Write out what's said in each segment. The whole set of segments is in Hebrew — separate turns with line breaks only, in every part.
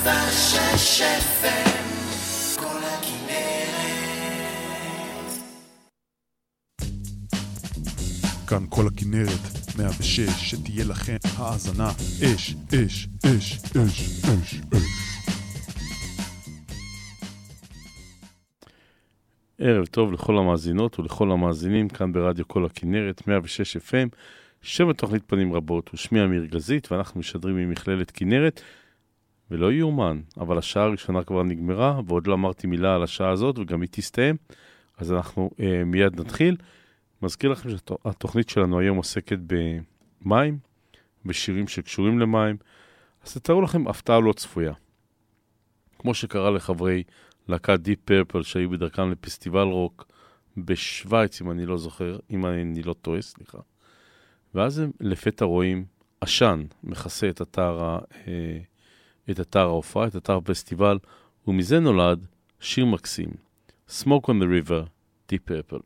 106 FM כל הכנרת.
כאן כל הכנרת 106, שתהיה לכם האזנה אש, אש, אש, אש, אש, אש.
ערב טוב לכל המאזינות ולכל המאזינים כאן ברדיו כל הכנרת 106 FM, שם התוכנית פנים רבות, ושמי אמיר גזית, ואנחנו משדרים ממכללת כנרת, ולא יאומן, אבל השעה הראשונה כבר נגמרה, ועוד לא אמרתי מילה על השעה הזאת, וגם היא תסתיים, אז אנחנו מיד נתחיל. מזכיר לכם שהתוכנית שלנו היום עוסקת במים, בשירים שקשורים למים, אז תתארו לכם הפתעה לא צפויה. כמו שקרה לחברי להקת דיפ פרפל שהיו בדרכם לפסטיבל רוק בשוויץ, אם אני לא זוכר, אם אני לא טועה, סליחה. ואז הם לפתע רואים עשן מכסה את אתר ההופעה, את אתר הפסטיבל, ומזה נולד שיר מקסים, Smoke on the River, Deep Purple.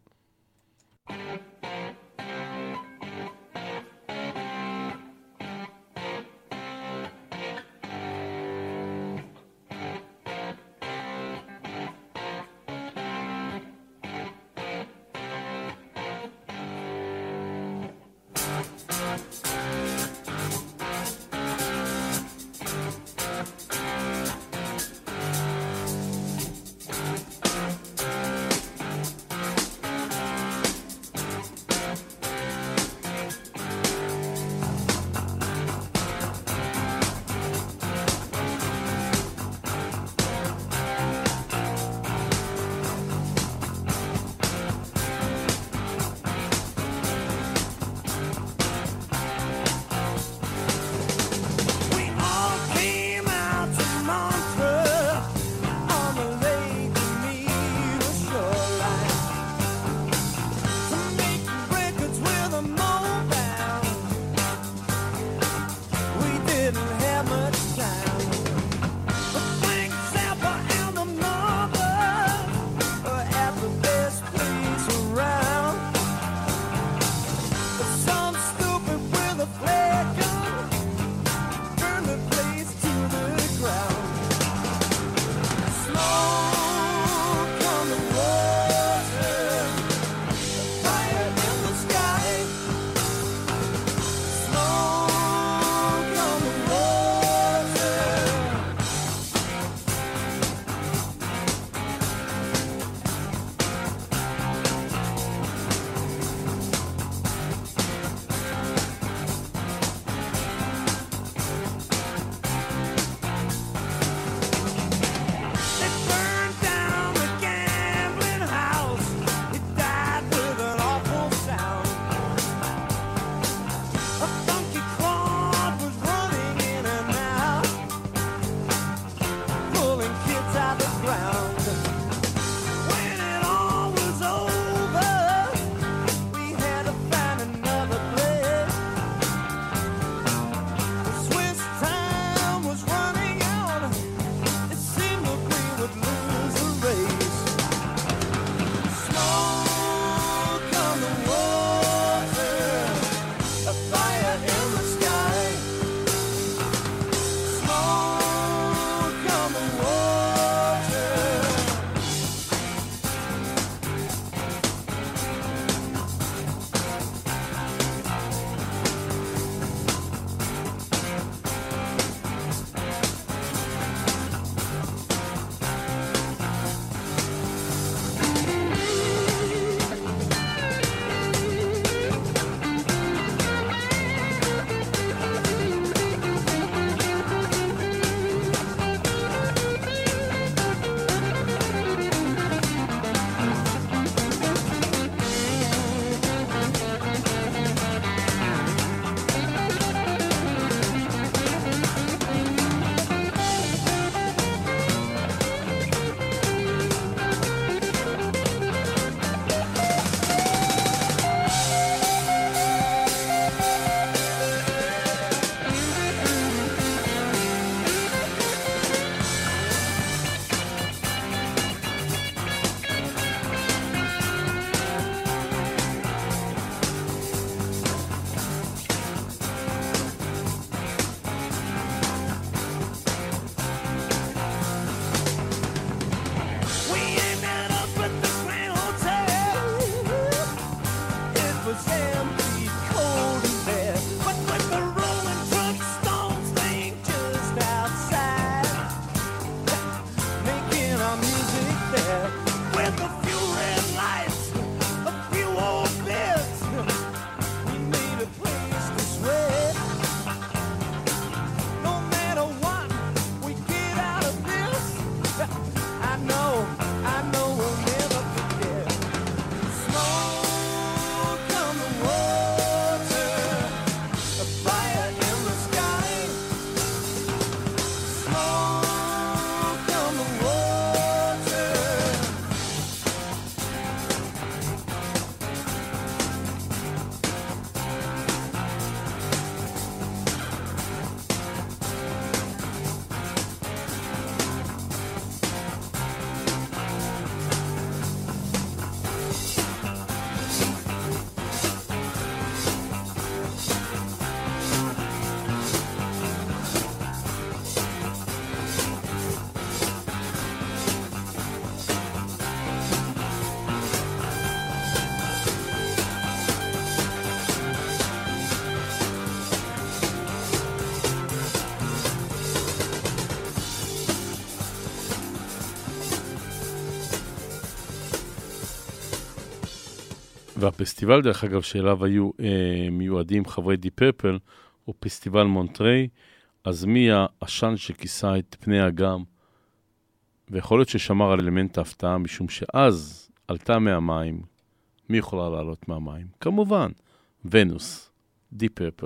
והפסטיבל, דרך אגב, שאליו היו מיועדים חברי די פרפל, הוא פסטיבל מונטריי, אז מי העשן שכיסה את פני אגם, ויכול להיות ששמר על אלמנט ההפתעה, משום שאז עלתה מהמים. מי יכולה לעלות מהמים? כמובן, ונוס, די פרפל.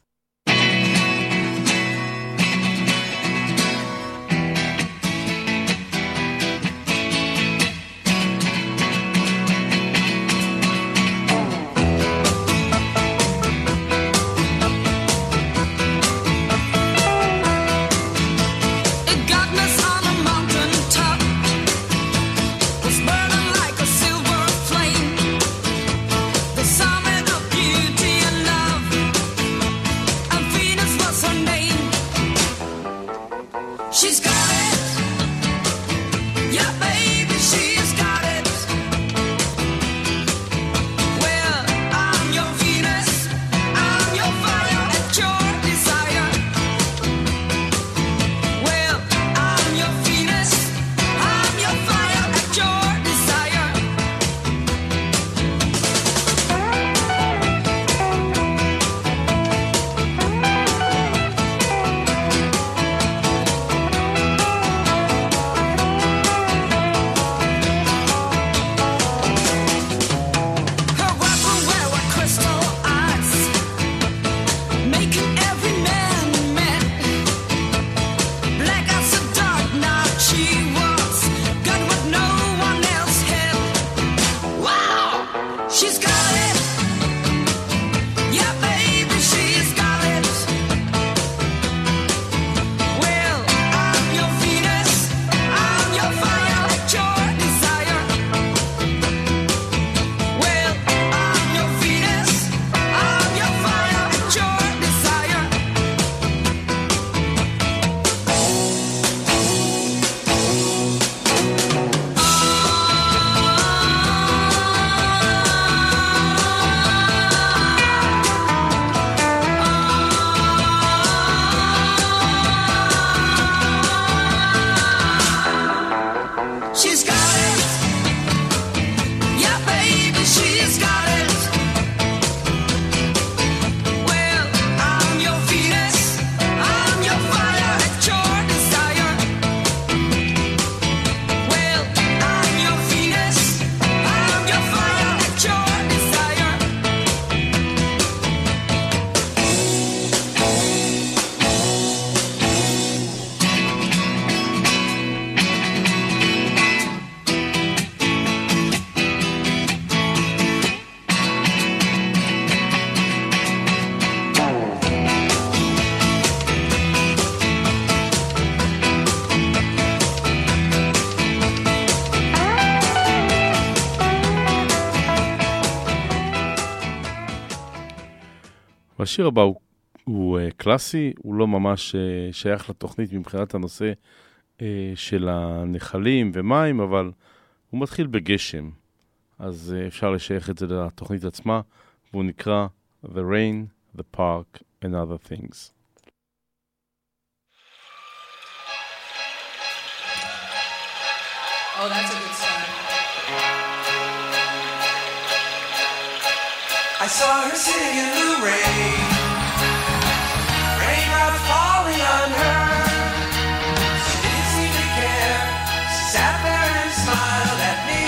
השיר הבא הוא קלאסי, הוא לא ממש שייך לתוכנית מבחינת הנושא של הנחלים ומים, אבל הוא מתחיל בגשם, אז אפשר לשייך את זה לתוכנית עצמה, והוא נקרא The Rain, The Park and Other Things.
Oh, that's a good song. I saw her sitting in the rain, raindrops falling on her. She didn't seem to care. She sat there and smiled at me.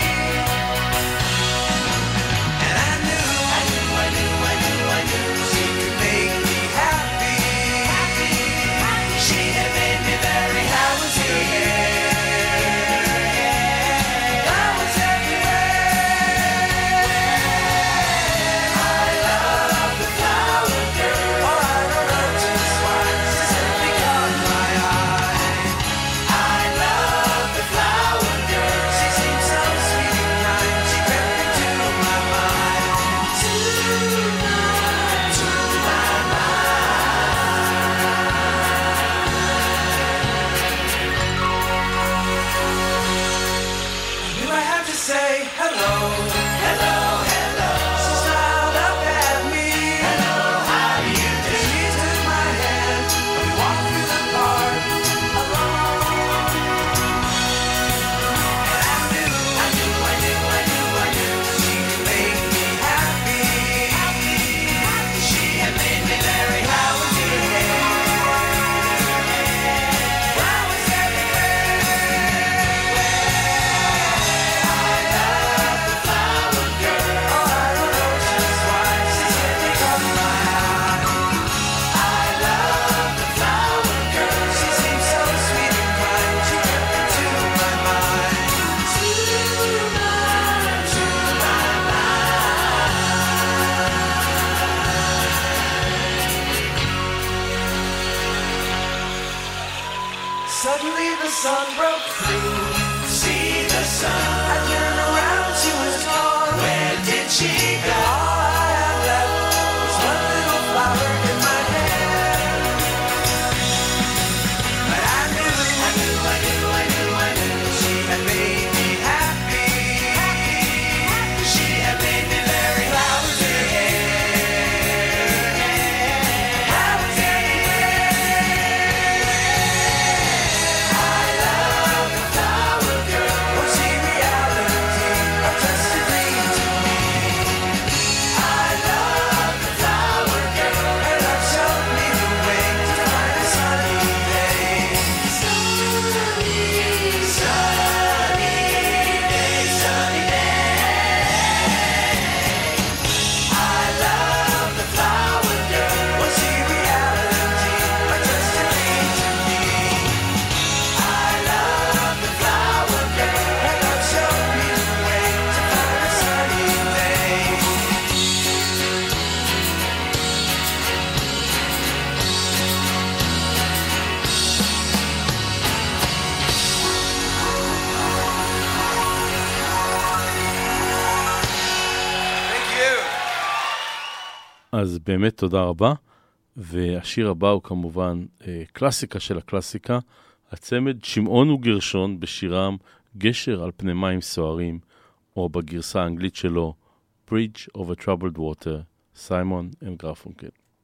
And I knew she could make me happy. She had made me very happy. I was everywhere. I love the flowers. Suddenly the sun broke through. See the sun. I turned around, she was gone. Where did she go? All I had left was one little flower in my hand. But I knew she had made me happy. She had made me very happy.
אז באמת תודה רבה, והשיר הבא הוא כמובן קלאסיקה של הקלאסיקה, הצמד שמעון וגרשון בשירם גשר על פני מים סוערים, או בגרסה האנגלית שלו Bridge over Troubled Water, סיימון אנד גרפונקל.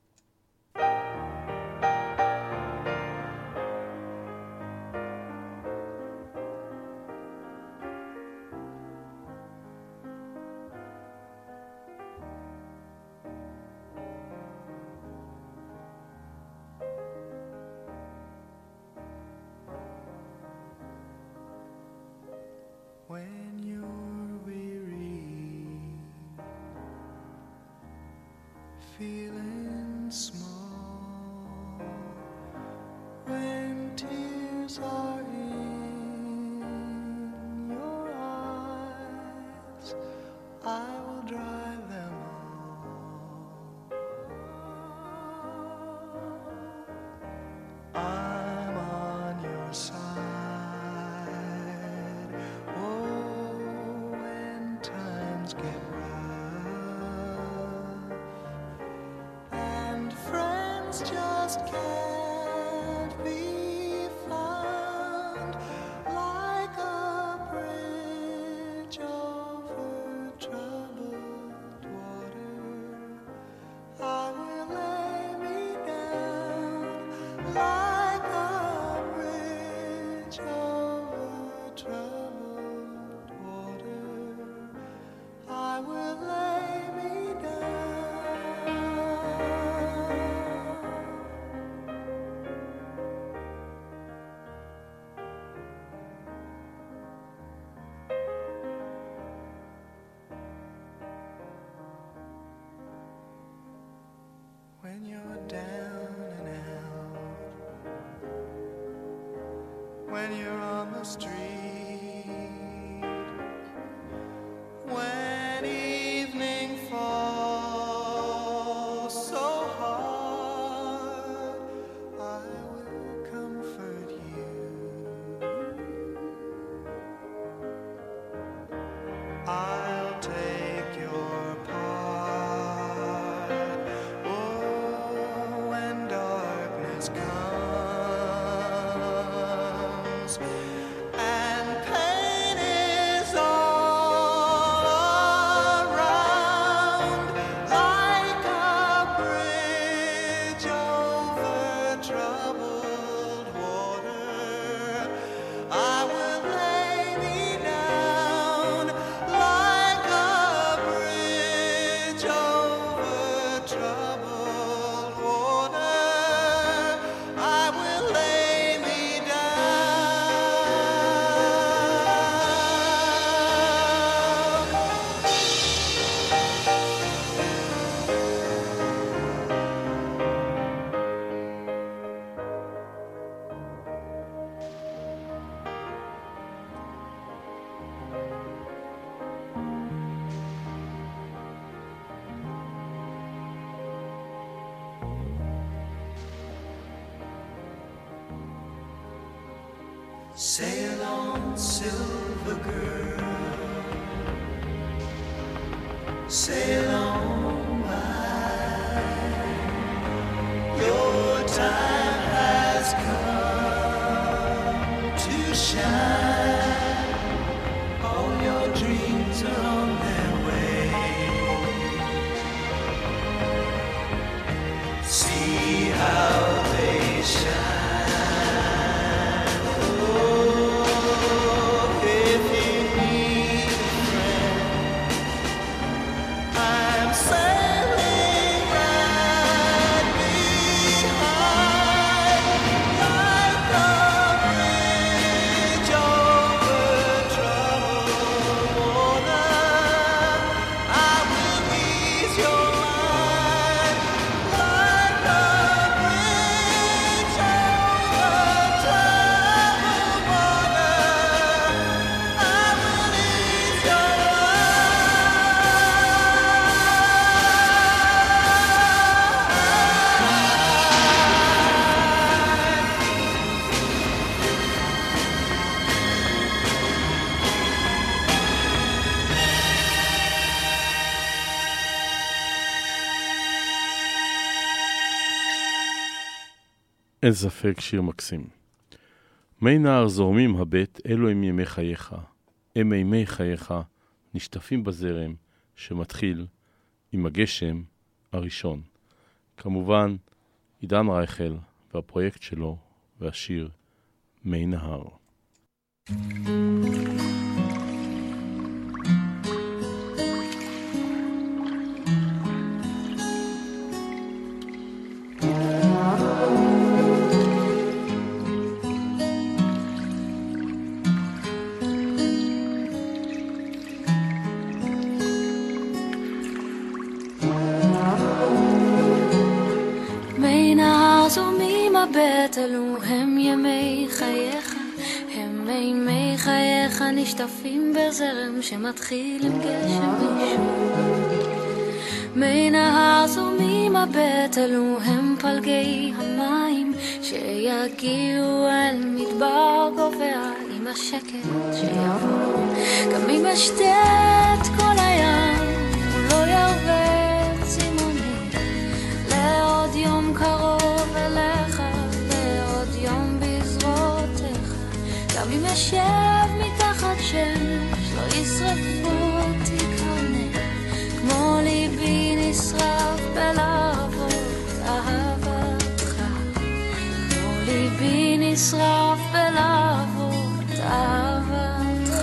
When you're weary, feeling small, when tears are in your eyes, I will dry them all. I'm on your side. Get rough, and friends just can't be found like a bridge over troubled water. I will lay me down like a bridge over troubled water. I will lay me down. When you're down and out, when you're on the street, when evening falls so hard, I will comfort you. I'll take your part. Oh, when darkness comes and Sail on, silver girl, sail on by. Your time has come to shine. All your dreams are on their way. See how they shine.
אין ספק שיר מקסים. מי נהר זורמים הבט, אלו הם ימי חייך. הם ימי חייך נשטפים בזרם שמתחיל עם הגשם הראשון. כמובן, עידן רייכל והפרויקט שלו והשיר מי נהר.
אלו הם ימי חייך, הם ימי חייך נשטפים בזרם שמתחיל עם גשם ראשון. מי נהר זורמים הבט, אלו הם פלגי המים שיגיעו אל מדבר גובע עם השקט שיבוא. גם אם אשתת כל הים לא ירווה צימוני לעוד יום קרוב אליך, יום בזרועותיך. גם אם אשב מתחת שמש לא ישרפו אותי קרנך, כמו ליבי נשרף בלהבות אהבתך, כמו ליבי נשרף בלהבות אהבתך.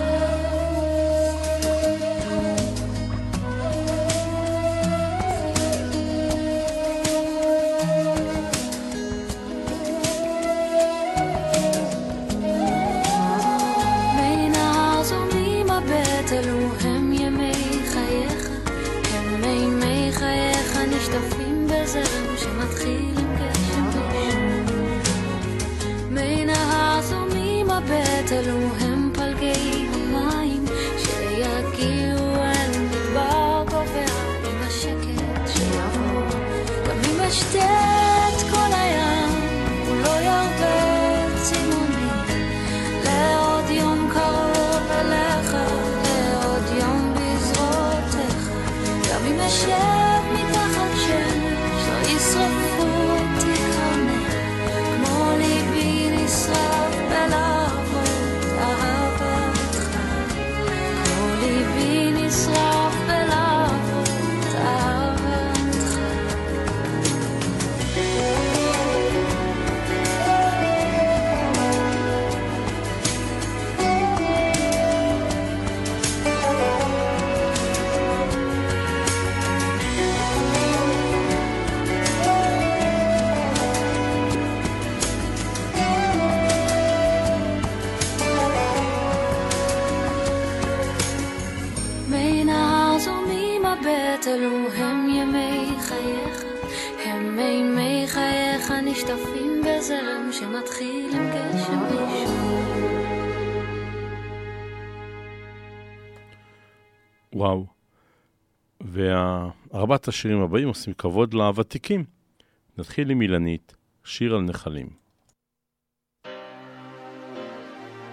אלו הם ימי חייך, הם ימי חייך נשטפים בזרם שמתחיל עם גשם ראשון. מי נהר זורמים הבט, אלו הם פלגי המים שיגיעו אל מדבר גובע עם השקט שיבוא. גם אם אשתת כל הים הוא לא ירבה צימוני לעוד יום קרוב אליך, יום בזרועותיך. גם אם אשב מתחת שמש לא ישרפו אותי קרנך, כמו ליבי נשרף בלהבות אהבתך, כמו ליבי נשרף בלהבות אהבתך. אלו הם ימי חייך, הם ימי חייך נשטפים בזרם שמתחיל עם גשם ראשון.
וואו. וארבעת השירים הבאים עושים כבוד לוותיקים. נתחיל עם אילנית, שיר על נחלים.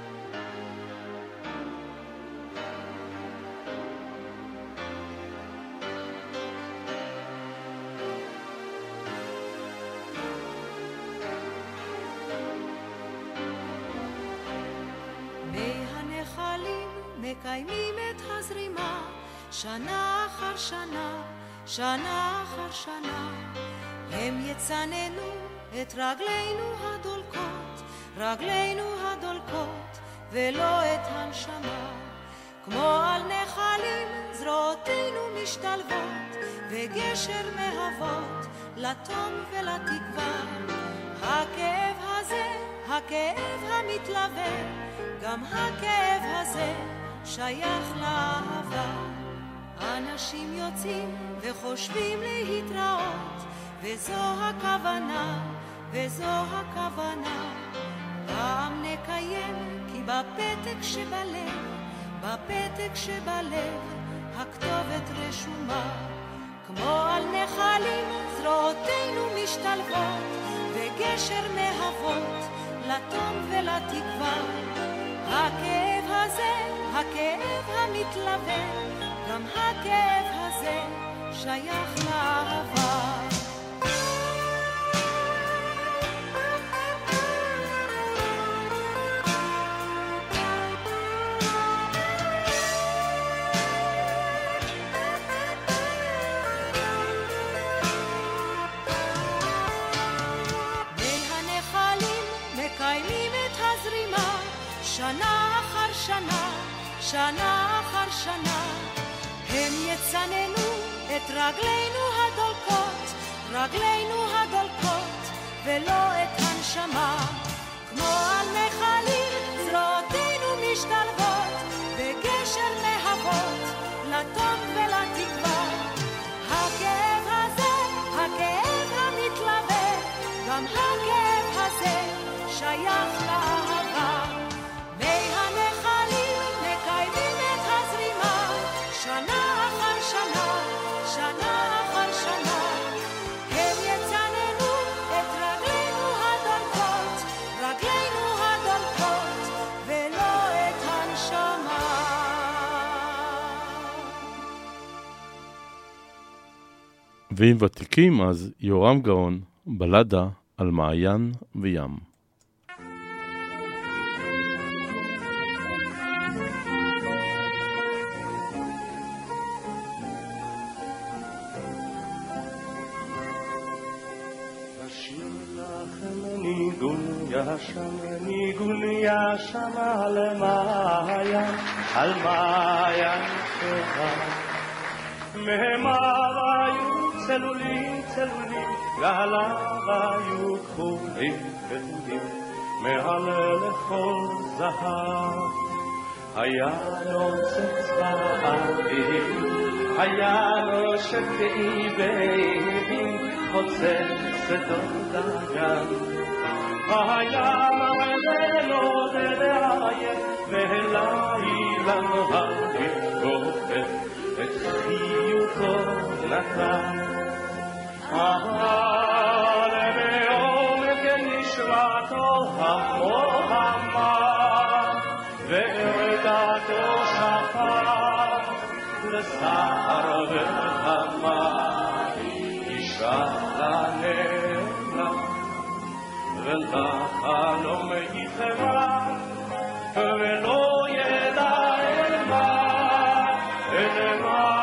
מקיימים את הזרימה, שנה אחר שנה, שנה אחר שנה. הם יצננו את רגלינו הדולקות, רגלינו הדולקות, ולא את הנשמה. כמו על נחלים זרועותינו משתלבות, וגשר מהוות לתום ולתקווה. הכאב הזה, הכאב המתלווה, גם הכאב הזה שייך לאהבה. אנשים יוצאים וחושבים להתראות, וזו הכוונה, וזו הכוונה. פעם נקיים כי בפתק שבלב, בפתק שבלב הכתובת רשומה. כמו על נחלים זרועותינו משתלבות, וגשר מהוות לתום ולתקווה. הכאב הזה, הכאב המתלווה, גם הכאב הזה שייך לאהבה. מקיימים את הזרימה, שנה אחר שנה, שנה אחר שנה. הם יצננו את רגלינו הדולקות, רגלינו הדולקות, ולא את הנשמה. כמו על נחלים זרועותינו משתלבות, בגשר מהוות לתום ולתקווה. הכאב הזה, הכאב המתלווה, גם הכאב הזה שייך לאהבה. מי הנחלים מקיימים את הזרימה, שנה אחר שנה, שנה אחר שנה. הם יצננו את רגלינו הדולקות, רגלינו הדולקות, ולא את הנשמה.
ואם ותיקים אז יורם גאון, בלדה על מעיין וים.
ניגון ישם על מעיין, על מעיין שבה. מהמיו היו צלולים צלולים, ועליו היו כחולים כחולים, מעל לכל זהב. היה נוצץ באוויר, היה נושק באיבים, חוצץ שדות דגן. היה מעלה דדעיה, והלילה הגבוהה את חיוכו נתן. אבל בעומק נשמתו המוהמה, וערדתו שפר לסער וחמה. אישה לנמלה ולחלום יתרה, ולא ידע אל מה, אל מה.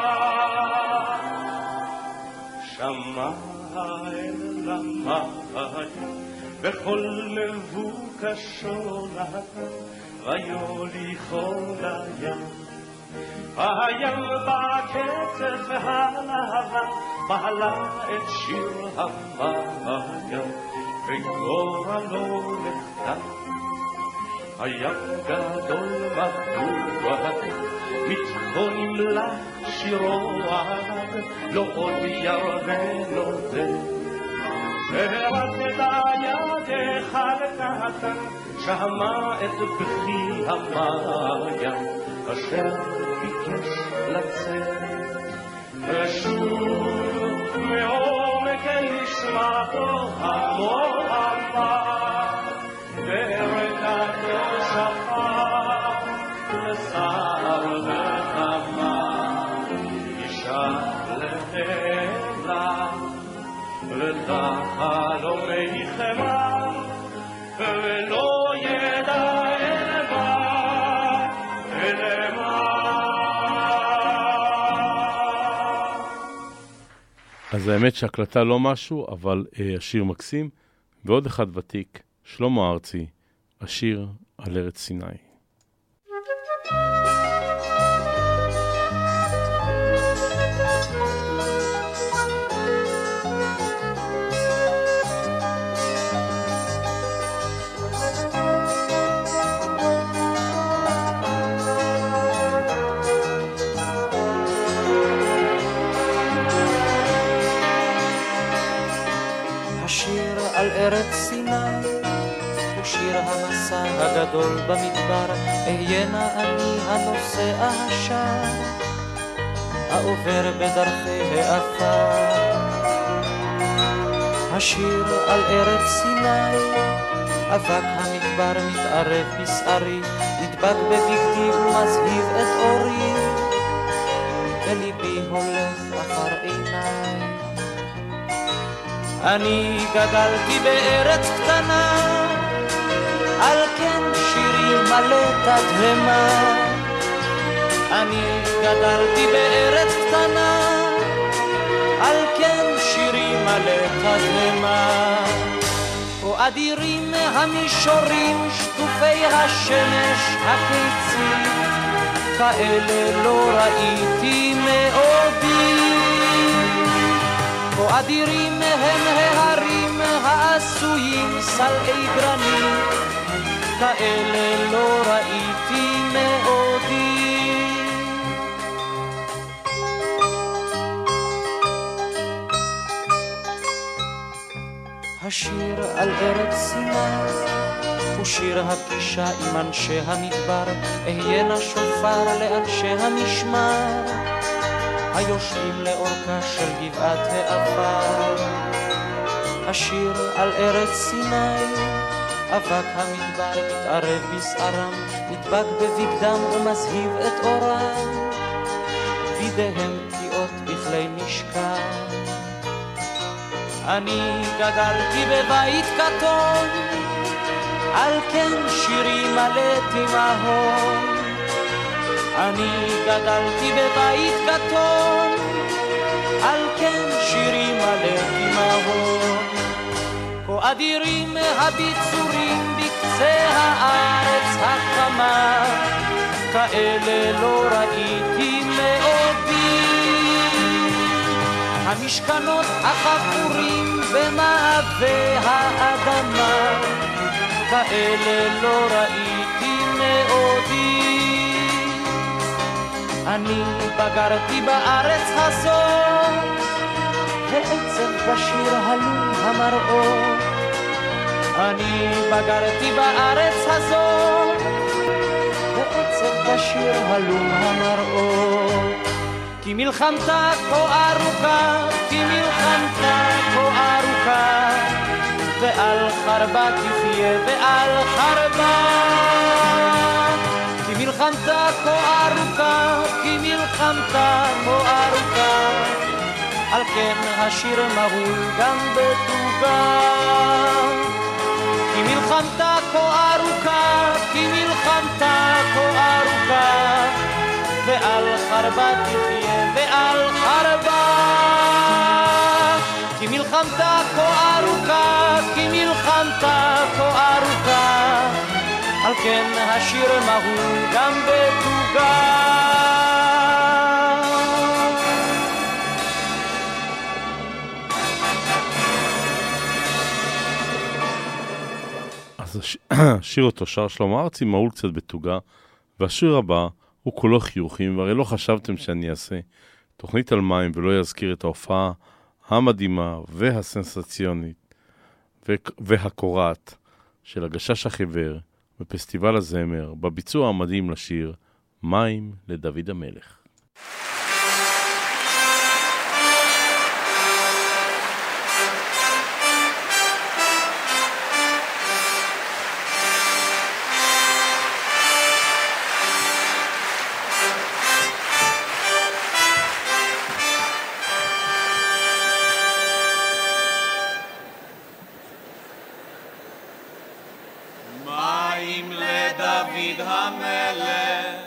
שמע אל המים בכל מבוקשו נתן, ויוליכו לים. הים בקצף הלבן מעלה את שיר המים, וגורלו נחתם. הים גדול מדוע, מתכונים לשירו עד, לא עוד ירדן עודד. ורקדה ידך לקטן, שמע את בכי המים, אשר ביקש לצאת. ושוב מעומק נשמתו המוהמה, וערדתו שפר לסער וחמה. אישה לנמלה ולחלום חמה, ולא ידע אל מה, אל
אז האמת שהקלטה לא משהו, אבל השיר מקסים. ועוד אחד ותיק, שלמה ארצי, השיר על ארץ סיני.
על ארץ סיני הוא שיר המסע הגדול במדבר, אהיינה אני הנוסע השר העובר בדרכי העפר. השיר על ארץ סיני, אבק המדבר מתערב בשערי, נדבק בבגדי ומזהיב את אורי, וליבי הולך אחר עיניי. אני גדלתי בארץ קטנה, על כן שירי מלא תדהמה. אני גדלתי בארץ קטנה, על כן שירי מלא תדהמה. כה אדירים המישורים שטופי השמש הקיצית, כאלה לא ראיתי מעודי. כה אדירים הם ההרים העשויים סלעי גרנית, כאלה לא ראיתי מעודי. השיר על ארץ סיני הוא שיר הפגישה עם אנשי המדבר, אהיינה שופר לאנשי המשמר היושבים לאורכה של גבעת העבר. השיר על ארץ סיני, אבק המדבר מתערב בשערם, נדבק בבגדם ומזהיב את אורם, בידיהם פגיעות בכלי משכן. אני גדלתי בבית קטון, על כן שירי מלא תימהון. אני גדלתי בבית קטון, על כן שירי מלא תימהון. כה אדירים הביצורים בקצה הארץ החמה, כאלה לא ראיתי מעודי. המשכנות החפורים במעבה האדמה, כאלה לא ראיתי מעודי. אני בגרתי בארץ הזאת, ועצב בשיר הלום המראות. אני בגרתי בארץ הזאת, ועצב בשיר הלום המראות. כי מלחמתה כה ארוכה, כי מלחמתה כה ארוכה, ועל חרבה תחיה ועל חרבה. כי מלחמתה כה ארוכה, כי מלחמתה כה ארוכה, על כן השיר מהול גם בתוגה. כי מלחמתה כה ארוכה, כי מלחמתה כה ארוכה, ועל חרבה תחיה ועל חרבה. כי מלחמתה כה ארוכה, כי מלחמתה כה ארוכה, על כן השיר מהול גם בתוגה.
אז השיר אותו שר שלמה ארצי מהול קצת בתוגה, והשיר הבא הוא כולו חיוכים, והרי לא חשבתם שאני אעשה תוכנית על מים ולא יזכיר את ההופעה המדהימה והסנסציונית והקורעת של הגשש החיוור בפסטיבל הזמר, בביצוע המדהים לשיר מים לדוד המלך.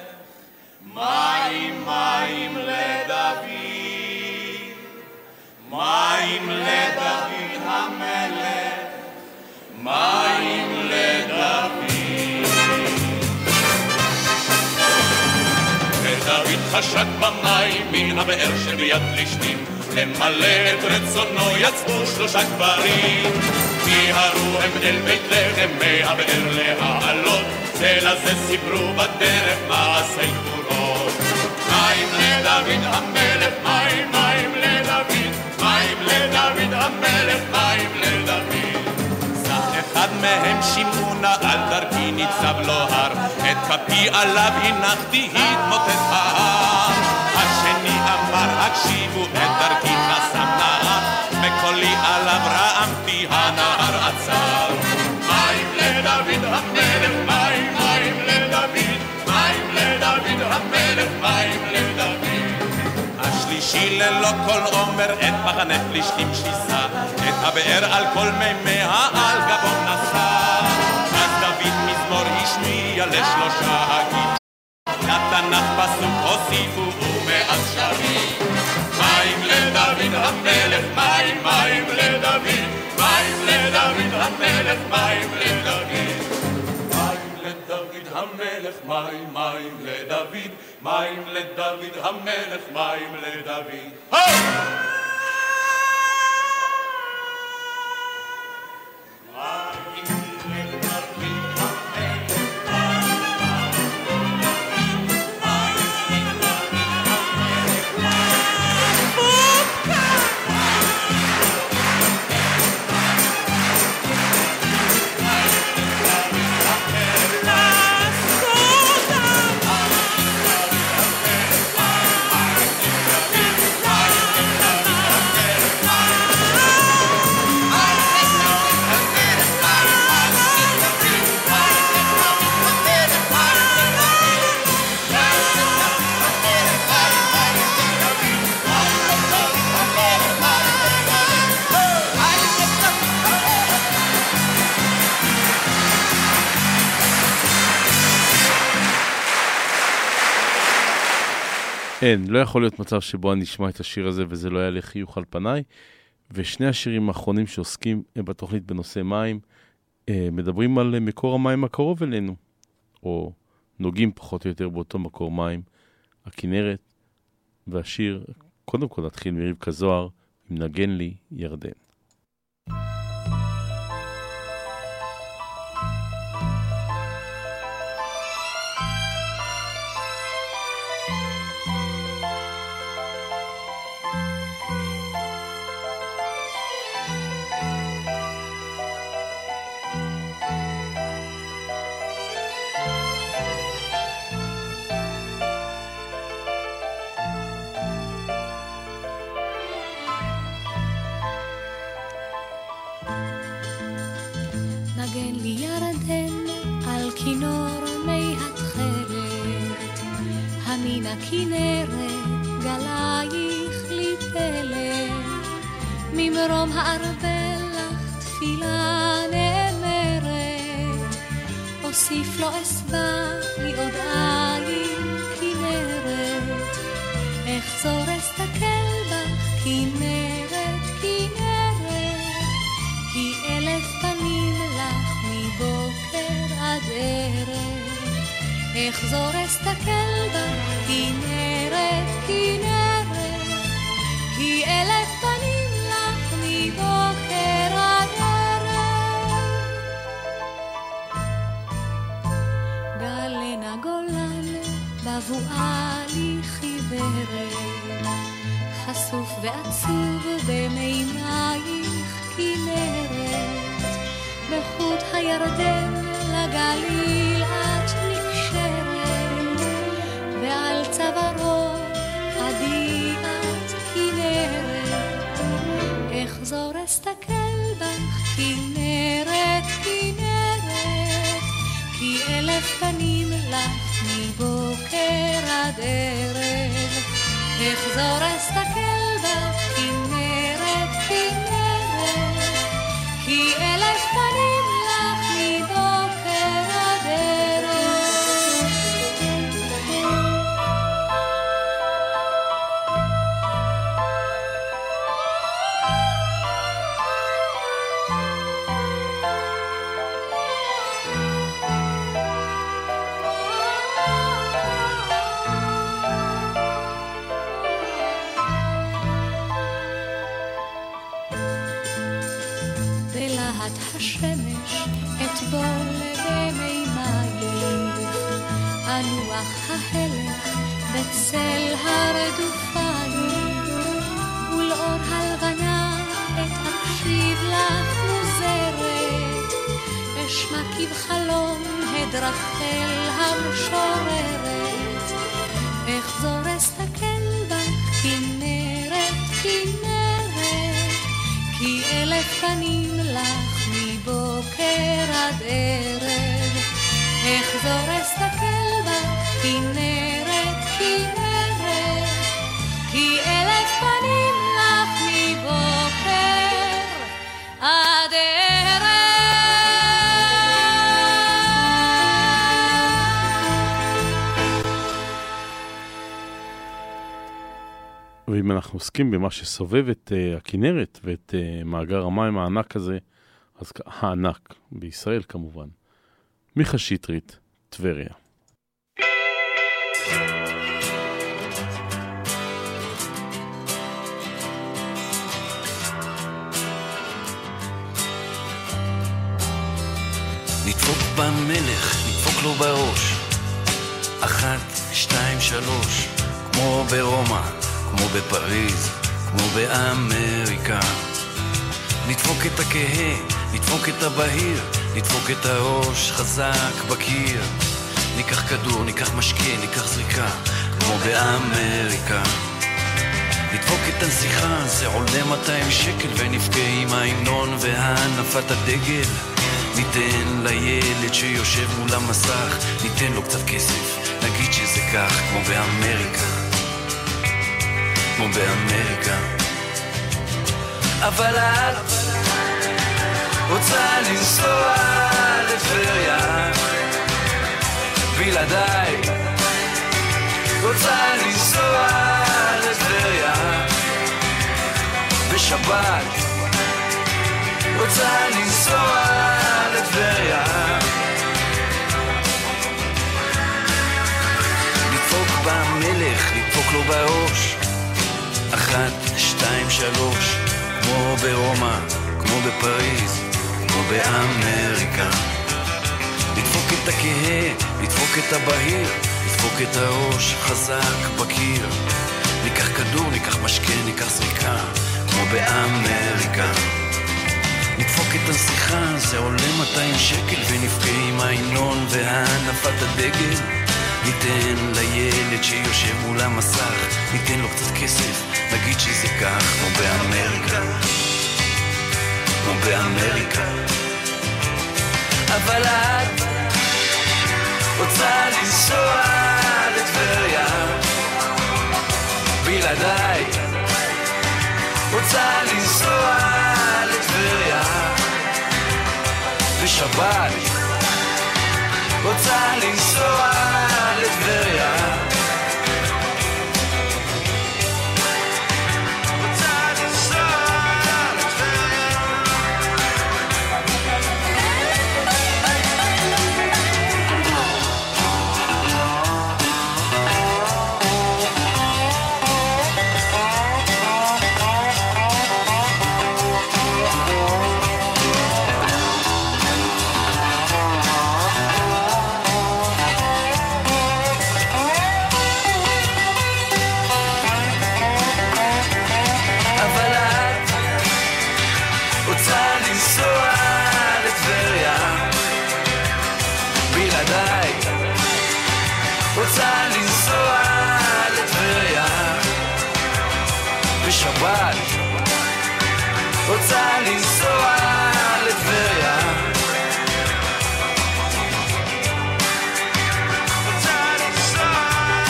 מים לדוד,
מים לדוד המלך, מים לדוד. ודוד חשק במים מן הבאר שביד פלישתים, למלא את רצונו יצאו 3 גברים, מיהרו הם אל בית לחם מהבאר להעלות, זה לזה סיפרו בדרך מעשי גבורות. מים לדוד המלך, מים, מים לדוד, מים לדוד המלך, מים לדוד. סך אחד מהם שמעון על דרכי ניצב לו הר, את כפי עליו הנחתי התמוטט ההר. השני אמר הקשיבו את דרכי נסם נהר, בקולי עליו רעמתי הנהר עצר. מים לדוד המלך, מים, מים לדוד, מים לדוד המלך, מים לדוד. השלישי ללא כל עומר את מחנה פלישתים שיסה, את הבאר על כל מימיה על גבו נשא. אז דוד מזמור השמיע ל3 הגיל, לתנ"ך פסוק הוסיפו ומאז שרים. מים לדוד המלך, מים, מים לדוד, מים לדוד המלך, מים לדוד. מים לדוד המלך, מים, מים לדוד, מים לדוד המלך, מים לדוד.
אין, לא יכול להיות מצב שבו אני אשמע את השיר הזה וזה לא יעלה חיוך על פניי. ושני השירים האחרונים שעוסקים בתוכנית בנושא מים, מדברים על מקור המים הקרוב אלינו, או נוגעים פחות או יותר באותו מקור מים, הכנרת, והשיר, קודם כל נתחיל מרבקה זוהר, עם נגן לי ירדן.
נגן לי ירדן על כינור מי התכלת, המן הכנרת גלייך לי פלט, ממרום הארבל לך תפילה נאמרת, אוסיף לו אסבע מעוד עין כנרת, אחזור אסתכל בך כנרת, כנרת, היא 1000 פנים לך מבוקר עד ערב, אחזור אסתכל בך כנרת, כנרת, היא 1000 פנים לך מבוקר עד ערב. גלנה גולן בבואה לי חיוורת, חשוף ועצוב במימייך כנרת, בחוט הירדן לגליל את נקשרת, ועל צווארו עדי את כנרת, אחזור אסתכל בך כנרת, כנרת, כי 1000 פנים לך מבוקר עד ערב, אחזור אסתכל בך כנרת, כנרת, כי 1000 פנים לך מבוקר עד ערב. אנוח ההלך בצל הרדופיים, ולאור הלבנה את אקשיב לך מוזרת, אשמע כבחלום הדרחל המשוררת, אחזור אסתכל בה כנרת, כנרת, כי אלף פנים לך מבוקר עד ערב, אחזור אסתכל בה כנרת, כנרת, כי אלף פנים לך מבוקר עד ערב.
ואם אנחנו עוסקים במה שסובב את הכנרת ואת מאגר המים הענק הזה, אז הענק, בישראל כמובן, מיכה שטרית, טבריה.
נדפוק במלך, נדפוק לו בראש, 1, 2, 3, כמו ברומא, כמו בפריז, כמו באמריקה. נדפוק את הכהה, נדפוק את הבהיר, נדפוק את הראש חזק בקיר. ניקח כדור, ניקח משקה, ניקח זריקה, כמו באמריקה. נדפוק את הנסיכה, זה עולה 200 שקל, ונבכה עם ההמנון והנפת הדגל. ניתן לילד שיושב מול המסך, ניתן לו קצת כסף, נגיד שזה כך, כמו באמריקה, כמו באמריקה. אבל את רוצה לנסוע לטבריה בלעדיי, רוצה לנסוע לטבריה בשבת, רוצה לנסוע לטבריה. לדפוק במלך, לדפוק לו בראש, 1, 2, 3, כמו ברומא, כמו בפריז, כמו באמריקה. לדפוק את הכהה, לדפוק את הבהיר, לדפוק את הראש חזק בקיר. ניקח כדור, ניקח משקה, ניקח זריקה, כמו באמריקה. נדפוק את הנסיכה, זה עולה 200 שקל, ונבכה עם ההמנון והנפת הדגל. ניתן לילד שיושב מול המסך, ניתן לו קצת כסף, נגיד שזה כך, כמו באמריקה, כמו באמריקה. אבל את רוצה לנסוע לטבריה בלעדיי, רוצה לנסוע לטבריה בשבת, רוצה לנסוע לטבריה. רוצה לנסוע לטבריה, רוצה לנסוע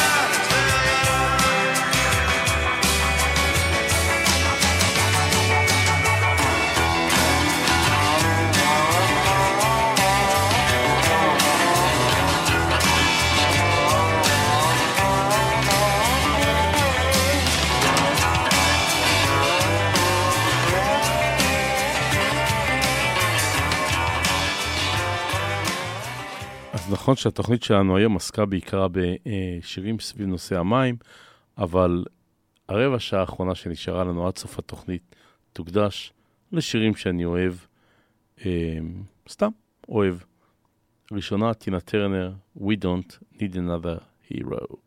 נכון שהתוכנית שלנו היום עסקה בעיקרה בשירים סביב נושא המים, אבל הרבע שעה האחרונה שנשארה לנו עד סוף התוכנית תוקדש לשירים שאני אוהב, סתם אוהב. ראשונה, טינה טרנר, We Don't Need Another Hero.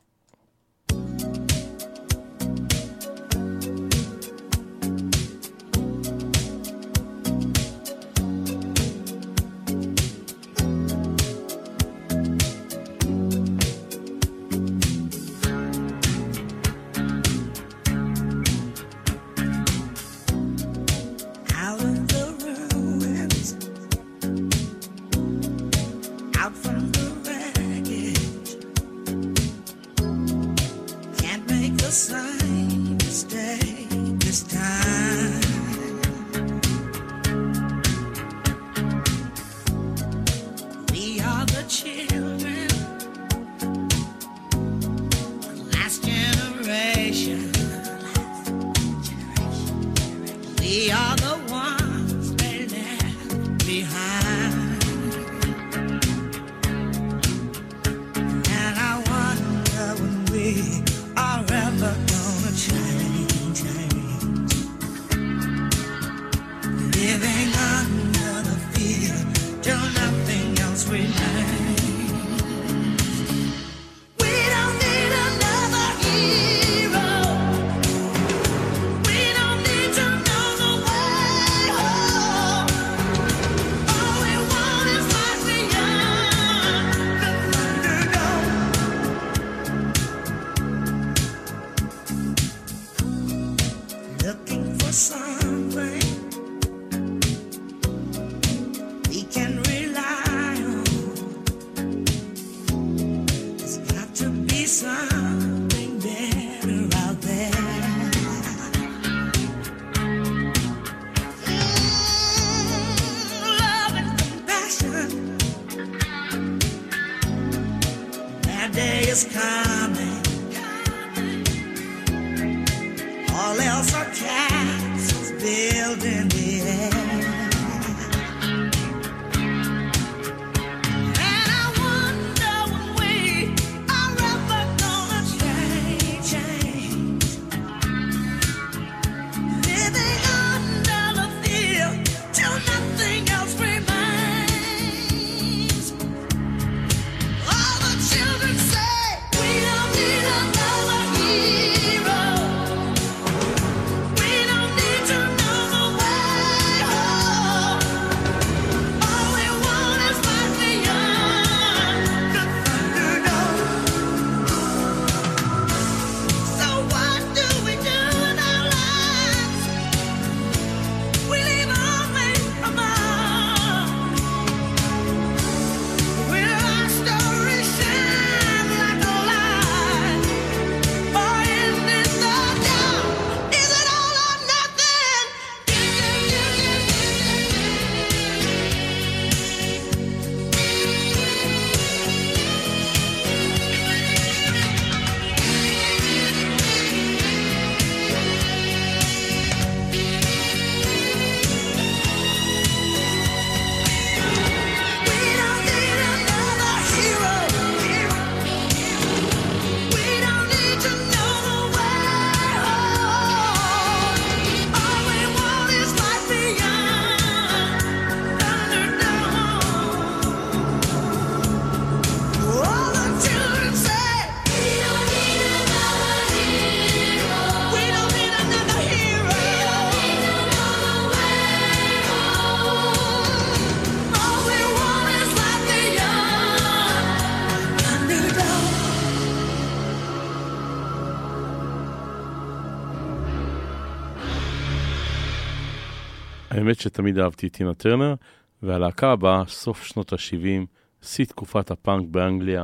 האמת שתמיד אהבתי את טינה טרנר, והלהקה הבאה, סוף שנות ה-70, שיא תקופת הפאנק באנגליה.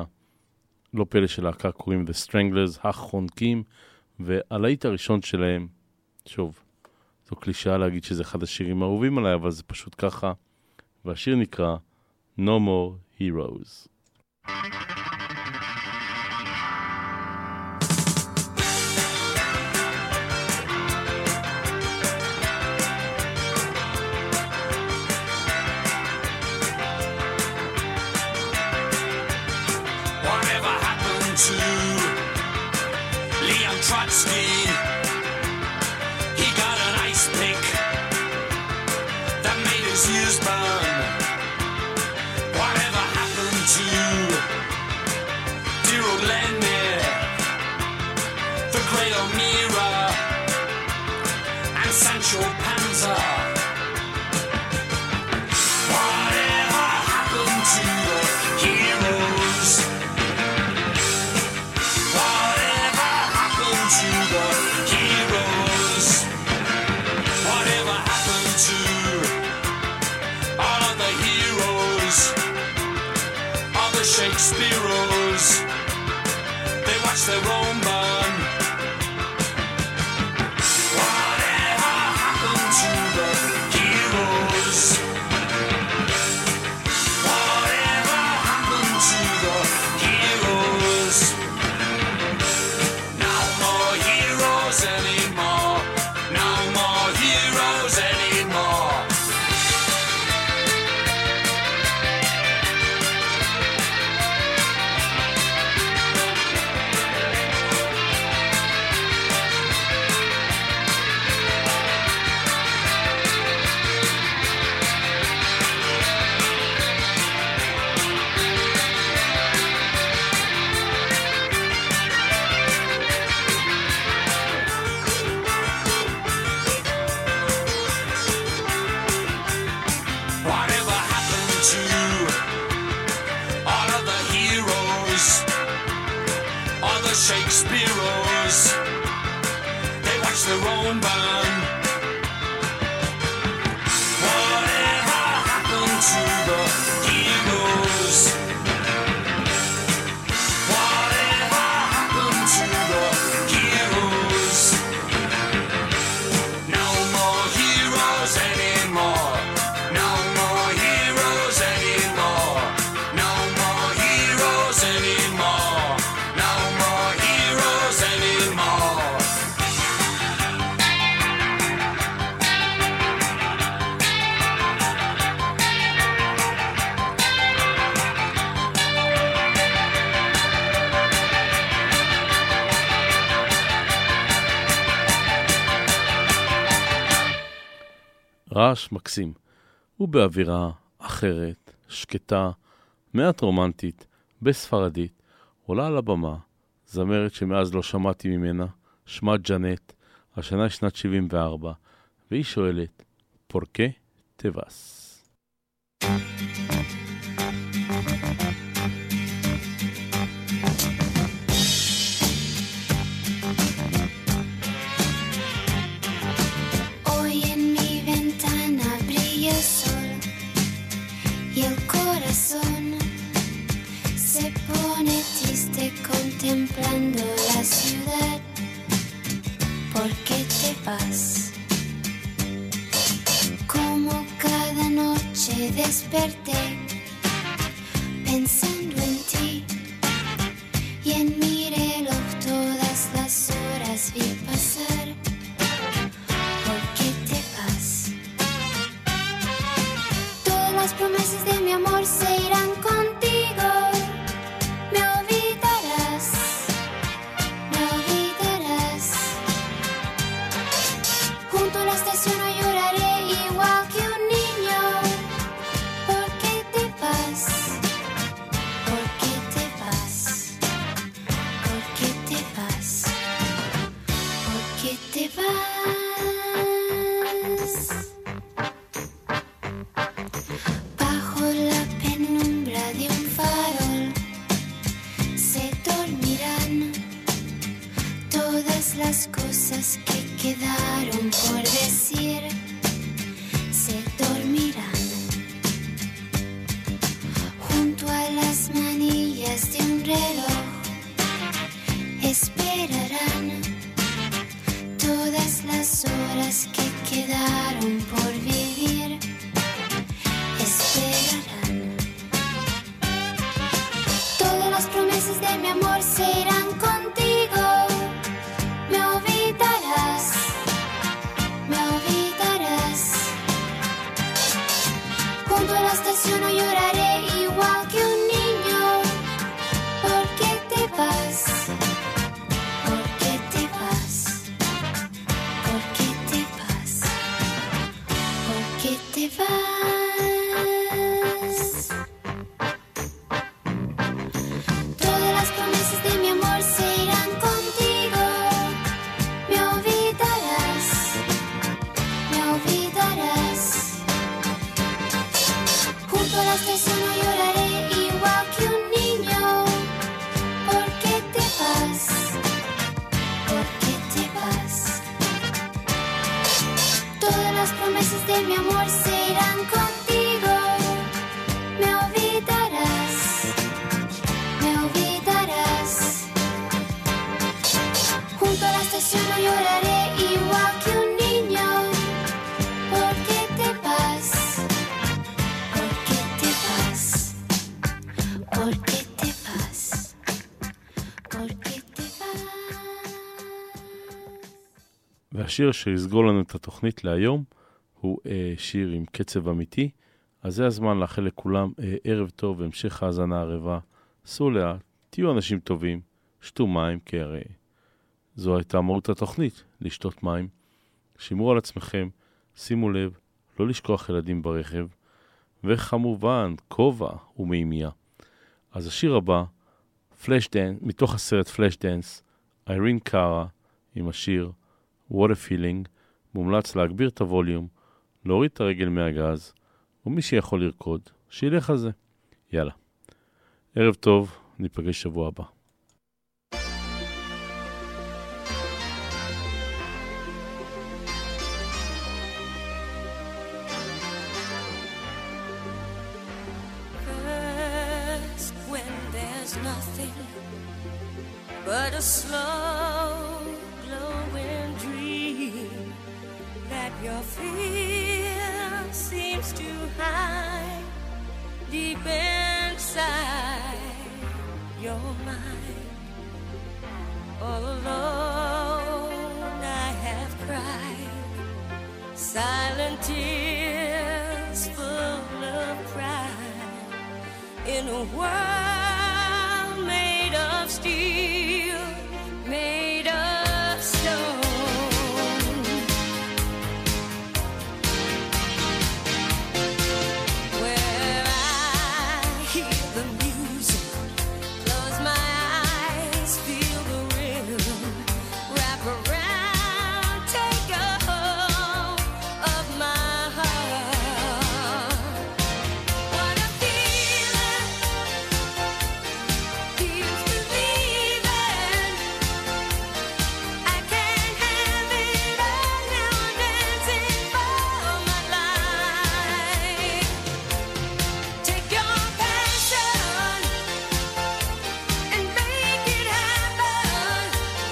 לא פלא שלהקה קוראים The Stranglers, החונקים, והלהיט הראשון שלהם, שוב, זו קלישאה להגיד שזה אחד השירים האהובים עליי, אבל זה פשוט ככה, והשיר נקרא No More Heroes.
Trotsky, he got an ice pick that made his ears burn. Whatever happened their own bun. Whatever happened to the heroes? Whatever happened to the heroes? No more heroes anymore. No more heroes anymore. Whatever happened to all of the heroes, all the Shakespeareos? They watch their own burn. Whatever happened to the heroes? Whatever happened to the heroes? No more heroes anymore. No more heroes anymore. No more heroes anymore. No more heroes anymore.
רעש מקסים, ובאווירה אחרת, שקטה, מעט רומנטית, בספרדית, עולה על הבמה, זמרת שמאז לא שמעתי ממנה, שמה ג'נט, השנה היא שנת 74, והיא שואלת, פורקה טבס.
Hoy en mi ventana brilla el sol y el corazón se pone triste contemplando la ciudad. ¿Por qué te vas? Como cada noche desperté pensando en ti y en mi reloj todas las horas vi pasar. ¿Por qué te vas? Todas las promesas de mi amor se irán contigo. Me olvidarás, me olvidarás. Junto a la estación no lloraré igual que un niño. ¿Por qué te vas? ¿Por qué te vas? ¿Por qué te vas? ¿Por qué te vas? Bajo la penumbra de un farol se dormirán todas las cosas que quedaron por decir. Se dormirán junto a las manillas de un reloj. Esperarán todas las horas que quedaron por vivir. Esperarán. Todas las promesas de mi amor se irán contigo. Me olvidarás, me olvidarás. Junto a la estación no lloraré igual que un niño. ¿Por qué te vas?
והשיר שיסגור לנו את התוכנית להיום הוא שיר עם קצב אמיתי. אז זה הזמן לאחל לכולם ערב טוב והמשך האזנה ערבה. סעו לאט, תהיו אנשים טובים, שתו מים, כי הרי זו הייתה מהות התוכנית, לשתות מים. שמרו על עצמכם, שימו לב, לא לשכוח ילדים ברכב, וכמובן, כובע ומימייה. אז השיר הבא, מתוך הסרט פלאש דנס, איירין קארה עם השיר What a Feeling, מומלץ להגביר את הווליום, להוריד את הרגל מהגז, ומי שיכול לרקוד, שילך על זה. יאללה. ערב טוב, ניפגש שבוע הבא.
But a slow glowing dream that your fear seems to hide deep inside your mind. All alone I have cried silent tears full of pride in a world made of steel, made of stone. Where I hear the music, close my eyes, feel the rhythm, wrap around, take a hold of my heart. What a feeling, feels believing. I can't have it all now, dancing for my life. Take your passion and make it happen.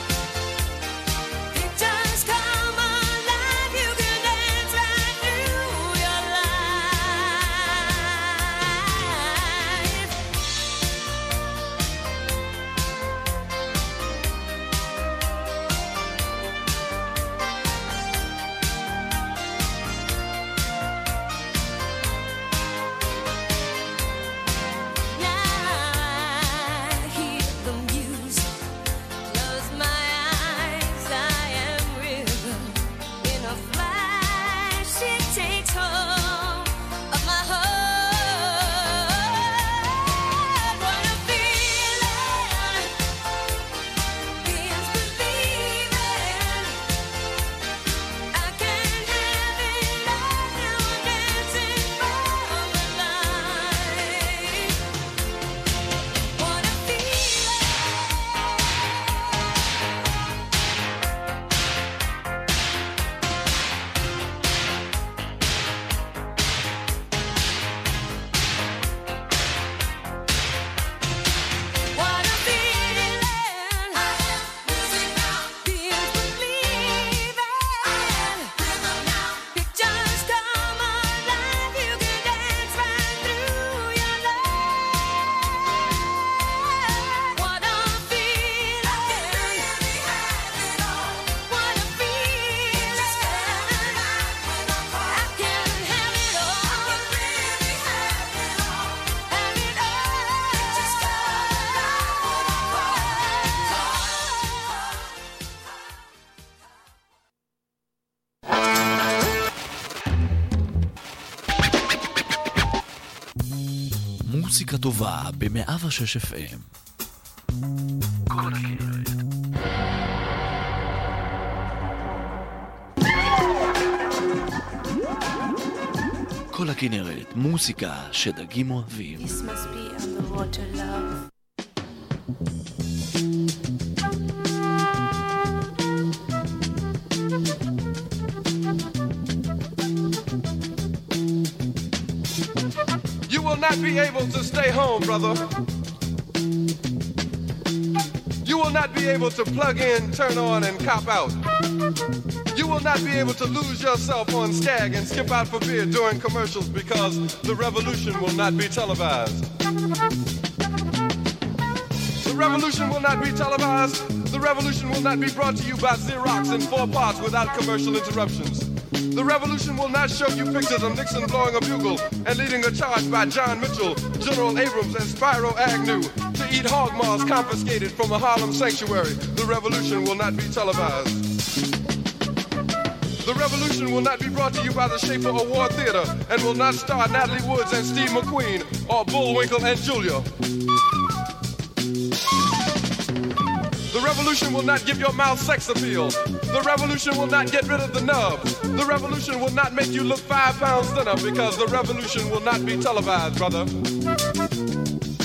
Pictures come alive, you can dance right through your life. Now I hear the music, close my eyes, I am rhythm. In a flash it takes hold of my heart. What a feeling, feels believing. I can't have it all now, dancing for my life. What a feeling. What a feeling. Music now, feels believing. Rhythm now, pictures come alive, you can dance right through your life. What a feeling. What a feeling. I can have it all. Have it
מוזיקה טובה ב-106 FM. כל הכנרת. כל הכנרת, מוזיקה שדגים אוהבים.
This must be underwater love.
You will not be able to stay home, brother. You will not be able to plug in, turn on, and cop out. You will not be able to lose yourself on Skag and skip out for beer during commercials because the revolution will not be televised. The revolution will not be televised. The revolution will not be brought to you by Xerox in 4 parts without commercial interruptions. The revolution will not show you pictures of Nixon blowing a bugle and leading a charge by John Mitchell, General Abrams, and Spyro Agnew to eat hog maws confiscated from a Harlem sanctuary. The revolution will not be televised. The revolution will not be brought to you by the Schaefer Award Theater and will not star Natalie Woods and Steve McQueen or Bullwinkle and Julia. The revolution will not give your mouth sex appeal. The revolution will not get rid of the nub. The revolution will not make you look 5 pounds thinner because the revolution will not be televised, brother.